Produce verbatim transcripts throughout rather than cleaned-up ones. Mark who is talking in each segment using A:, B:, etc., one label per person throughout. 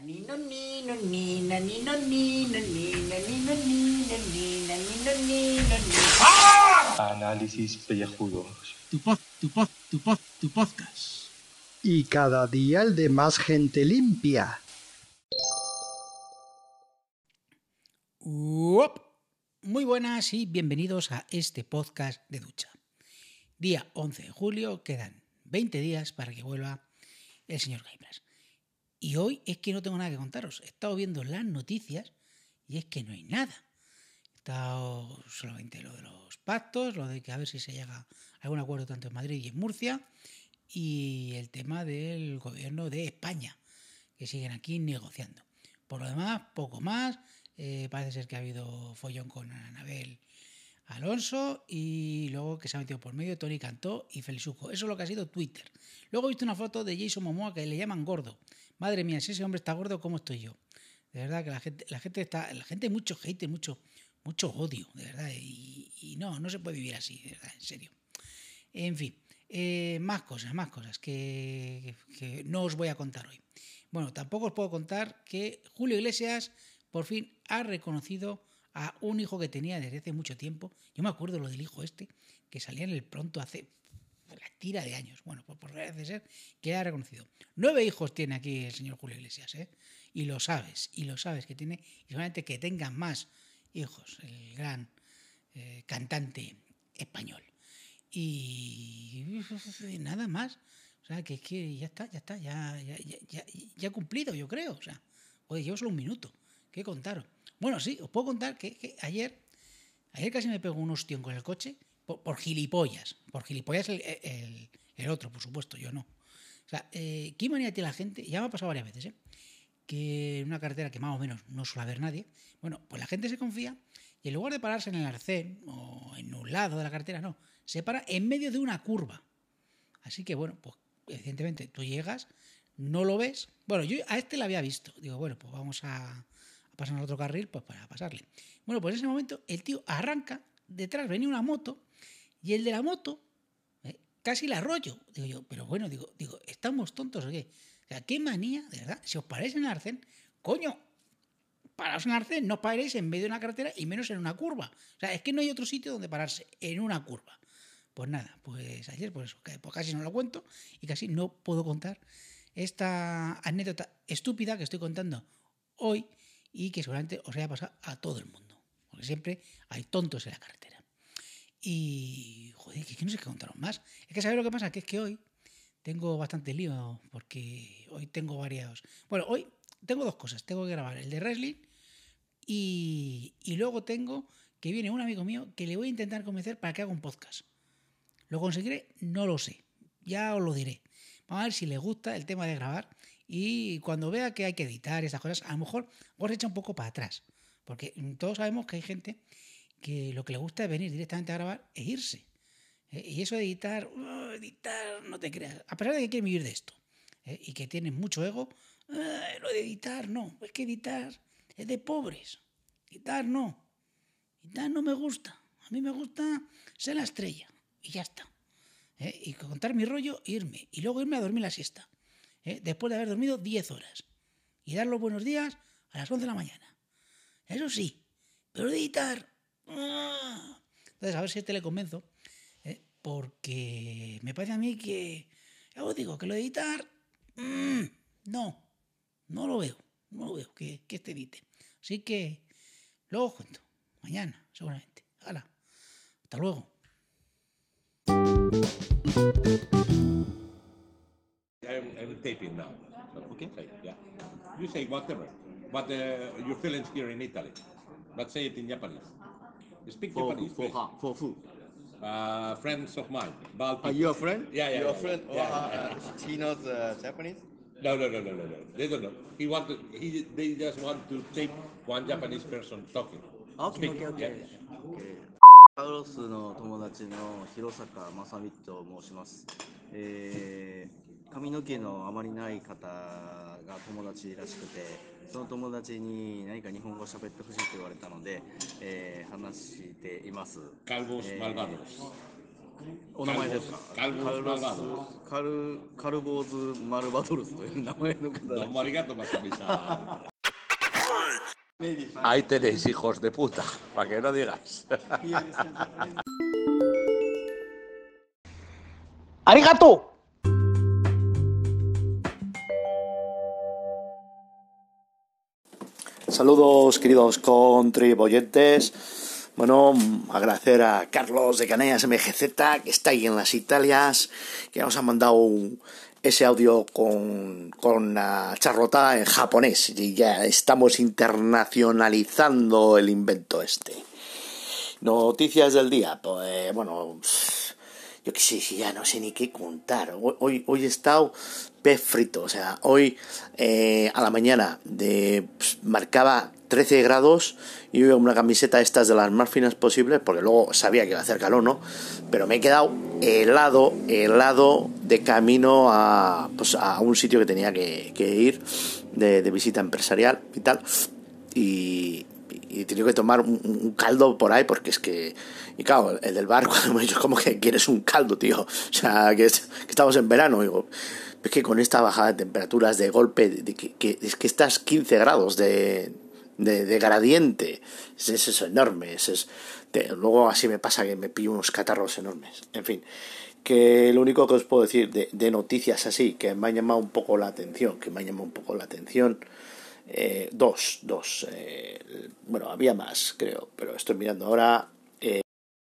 A: Ni no ni no ni na ni no ni no ni na ni no ni no ni na ni no ni no ni.
B: Análisis pellejudos.
C: Tu pod, tu pod, tu pod, tu podcast.
D: Y cada día el de más gente limpia.
A: Uop. Muy buenas y bienvenidos a este podcast de ducha. Día once de julio, quedan veinte días para que vuelva el señor Gamers. Y hoy es que no tengo nada que contaros. He estado viendo las noticias y es que no hay nada. He estado solamente lo de los pactos, lo de que a ver si se llega a algún acuerdo tanto en Madrid y en Murcia, y el tema del gobierno de España, que siguen aquí negociando. Por lo demás, poco más. Eh, parece ser que ha habido follón con Anabel Alonso y luego que se ha metido por medio Tony Cantó y Felizuco. Eso es lo que ha sido Twitter. Luego he visto una foto de Jason Momoa que le llaman gordo. Madre mía, si ese hombre está gordo, ¿cómo estoy yo? De verdad que la gente, la gente está, la gente mucho hate, mucho, mucho odio, de verdad. Y, y no, no se puede vivir así, de verdad, en serio. En fin, eh, más cosas, más cosas que, que no os voy a contar hoy. Bueno, tampoco os puedo contar que Julio Iglesias por fin ha reconocido a un hijo que tenía desde hace mucho tiempo. Yo me acuerdo lo del hijo este, que salía en el Pronto hace la tira de años. Bueno, pues por parece ser que ha reconocido. Nueve hijos tiene aquí el señor Julio Iglesias, ¿eh? Y lo sabes, y lo sabes que tiene, y solamente que tenga más hijos, el gran eh, cantante español. Y nada más. O sea, que es que ya está, ya está, ya, ya, ya, ya ha cumplido, yo creo. O sea, oye, llevo solo un minuto. ¿Qué contaros? Bueno, sí, os puedo contar que, que ayer, ayer casi me pegó un ostión con el coche por, por gilipollas. Por gilipollas el, el, el otro, por supuesto, yo no. O sea, eh, ¿qué manía tiene la gente? Ya me ha pasado varias veces, ¿eh? Que en una carretera que más o menos no suele haber nadie, bueno, pues la gente se confía y en lugar de pararse en el arcén o en un lado de la carretera, no, se para en medio de una curva. Así que, bueno, pues evidentemente tú llegas, no lo ves. Bueno, yo a este lo había visto. Digo, bueno, pues vamos a pasar al otro carril pues para pasarle. Bueno, pues en ese momento el tío arranca, detrás venía una moto y el de la moto eh, casi la arroyo. Digo yo, pero bueno, digo, digo, ¿estamos tontos o qué? O sea, qué manía, de verdad. Si os paráis en el arcén, coño, paraos en el arcén, no os paréis en medio de una carretera y menos en una curva. O sea, es que no hay otro sitio donde pararse, en una curva. Pues nada, pues ayer, por eso, pues casi no lo cuento y casi no puedo contar esta anécdota estúpida que estoy contando hoy y que seguramente os haya pasado a todo el mundo, porque siempre hay tontos en la carretera. Y, joder, que no sé qué contaros más. Es que ¿sabéis lo que pasa? Que es que hoy tengo bastante lío, porque hoy tengo varios... Bueno, hoy tengo dos cosas. Tengo que grabar el de wrestling y, y luego tengo que viene un amigo mío que le voy a intentar convencer para que haga un podcast. ¿Lo conseguiré? No lo sé. Ya os lo diré. Vamos a ver si le gusta el tema de grabar y cuando vea que hay que editar esas cosas, a lo mejor os echa un poco para atrás. Porque todos sabemos que hay gente que lo que le gusta es venir directamente a grabar e irse. ¿Eh? Y eso de editar, uh, editar, no te creas. A pesar de que quieren vivir de esto ¿eh? y que tienen mucho ego, uh, lo de editar no. Es que editar es de pobres. Editar no. Editar no me gusta. A mí me gusta ser la estrella. Y ya está. ¿Eh? Y contar mi rollo e irme. Y luego irme a dormir la siesta. ¿Eh? Después de haber dormido diez horas. Y dar los buenos días a las once de la mañana. Eso sí. Pero editar... ¡ah! Entonces, a ver si te le convenzo. ¿Eh? Porque me parece a mí que... Ya os digo, que lo de editar... Mmm, no. No lo veo. No lo veo que, que este edite. Así que... Luego os cuento. Mañana, seguramente. ¡Hala! Hasta luego.
E: I'm, I'm taping now. So, okay. Say, yeah. You say whatever, but uh, your feelings here in Italy. But say it in Japanese. Speak
F: For,
E: Japanese,
F: for,
E: please.
F: her, for who?
E: Uh, friends of mine, Baltic.
F: Uh, your friend?
E: Yeah, yeah,
F: Your
E: yeah,
F: friend?
E: yeah,
F: uh,
E: yeah,
F: uh, he knows uh, Japanese?
E: No, no, no, no, no, no. They don't know. He wanted. He. They just want to tape one Japanese person talking.
F: Okay,
E: Speaking.
F: okay, okay.
E: Yeah.
F: okay. カウロスの友達の広坂正道と申します、えー、髪の毛のあまりない方が友達らしくて、その友達に何か日本語喋ってほしいと言われたので、えー、話しています。
E: Calvos
F: eh,
E: malvados.
F: お名前ですか。
E: カルボス・マルバドルス。
F: カルカルボーズ・マルバドルスという名前の方
E: Domo arigato, Masamita.
F: Maybe five.
E: Ahí tenéis, hijos de puta, para que no digas.
C: ¡Arigato!
G: Saludos, queridos contribuyentes. Bueno, agradecer a Carlos de Caneas M G Z, que está ahí en las Italias, que nos ha mandado ese audio con, con la charlotada en japonés. Y ya estamos internacionalizando el invento este. Noticias del día, pues bueno, yo qué sé, ya no sé ni qué contar. Hoy, hoy, hoy he estado pez frito, o sea, hoy eh, a la mañana de, pues, marcaba trece grados y yo iba con una camiseta estas de las más finas posibles, porque luego sabía que iba a hacer calor, ¿no? Pero me he quedado helado, helado de camino a, pues, a un sitio que tenía que, que ir de, de visita empresarial y tal, y... y he tenido que tomar un, un caldo por ahí, porque es que, y claro, el del bar cuando me ha dicho, ¿cómo que quieres un caldo, tío? O sea, que, es, que estamos en verano, digo, es que con esta bajada de temperaturas de golpe, de que, que es que estás quince grados de, de, de gradiente, es, es eso enorme, es, es de, luego así me pasa que me pillo unos catarros enormes, en fin, que lo único que os puedo decir de, de noticias así, que me ha llamado un poco la atención, que me ha llamado un poco la atención, Eh, dos, dos, eh, bueno, había más, creo, pero estoy mirando ahora. Eh,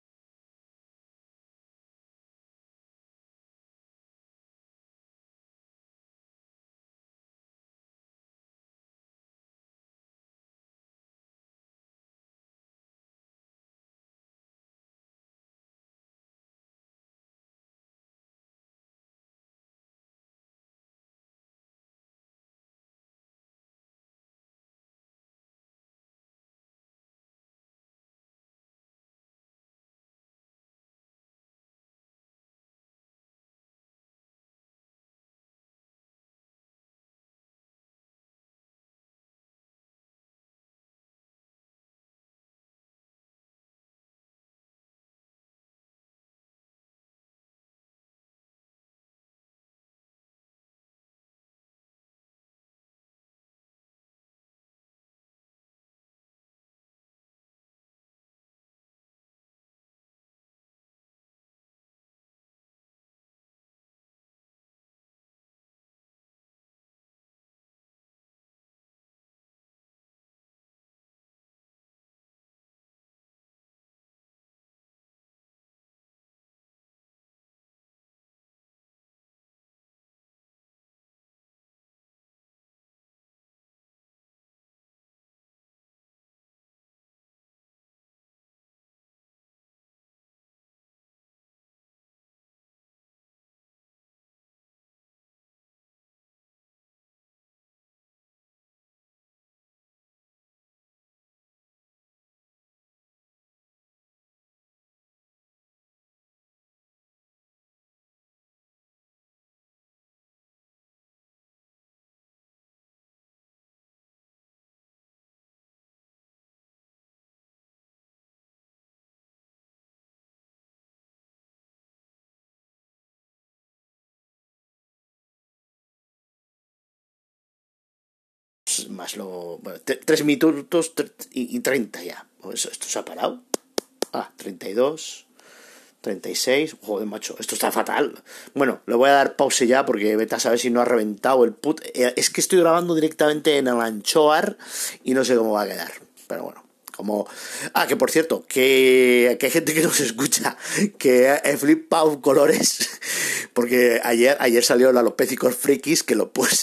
G: más lo, bueno, t- tres minutos tre- y, y treinta ya. Eso, esto se ha parado. Ah, treinta y dos, treinta y seis. Joder, macho, esto está fatal. Bueno, le voy a dar pause ya porque vete a saber si no ha reventado el put. Es que estoy grabando directamente en el Anchoar y no sé cómo va a quedar. Pero bueno. Como... Ah, que por cierto, que, que hay gente que nos escucha, que he flipado colores, porque ayer ayer salió la Lopécicos Frikis, que lo puse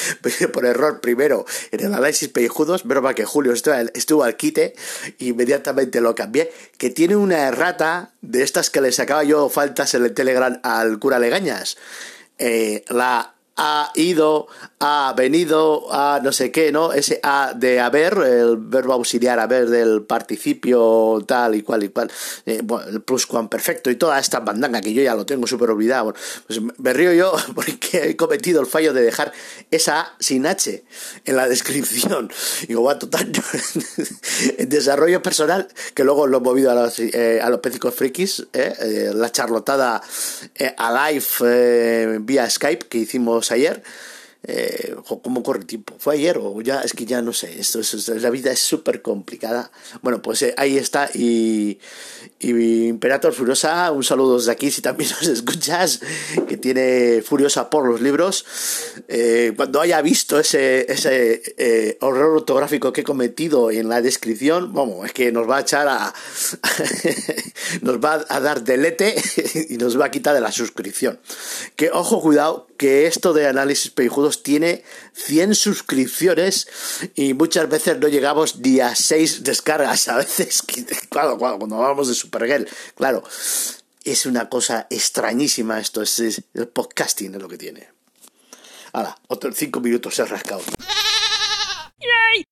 G: por error primero en el análisis pellejudos, pero para que Julio estuvo, estuvo al quite, inmediatamente lo cambié, que tiene una errata de estas que le sacaba yo faltas en el Telegram al cura Legañas. Eh, la ha ido, ha venido, a no sé qué, ¿no? Ese ha de haber, el verbo auxiliar haber del participio tal y cual y cual, eh, bueno, el pluscuamperfecto y toda esta bandanga que yo ya lo tengo súper olvidado. Bueno, pues me río yo porque he cometido el fallo de dejar esa A sin H en la descripción. Digo, va, total, en desarrollo personal, que luego lo he movido a los, eh, a los pecicos frikis, eh, eh, la charlotada eh, a live eh, vía Skype que hicimos ayer. Eh, ¿Cómo corre el tiempo? ¿Fue ayer o ya? Es que ya no sé, esto es, la vida es súper complicada. Bueno, pues eh, ahí está. Y, y Imperator Furiosa, un saludo desde aquí si también nos escuchas, que tiene Furiosa por los libros. Eh, cuando haya visto ese, ese eh, horror ortográfico que he cometido en la descripción, vamos, es que nos va a echar a nos va a dar delete y nos va a quitar de la suscripción. Que ojo, cuidado, que esto de análisis pellejudos tiene cien suscripciones y muchas veces no llegamos ni a seis descargas. A veces, claro, cuando hablamos de Supergirl, claro, es una cosa extrañísima esto, es, es el podcasting es lo que tiene. Ahora, otros cinco minutos he rascado. ¡Yay!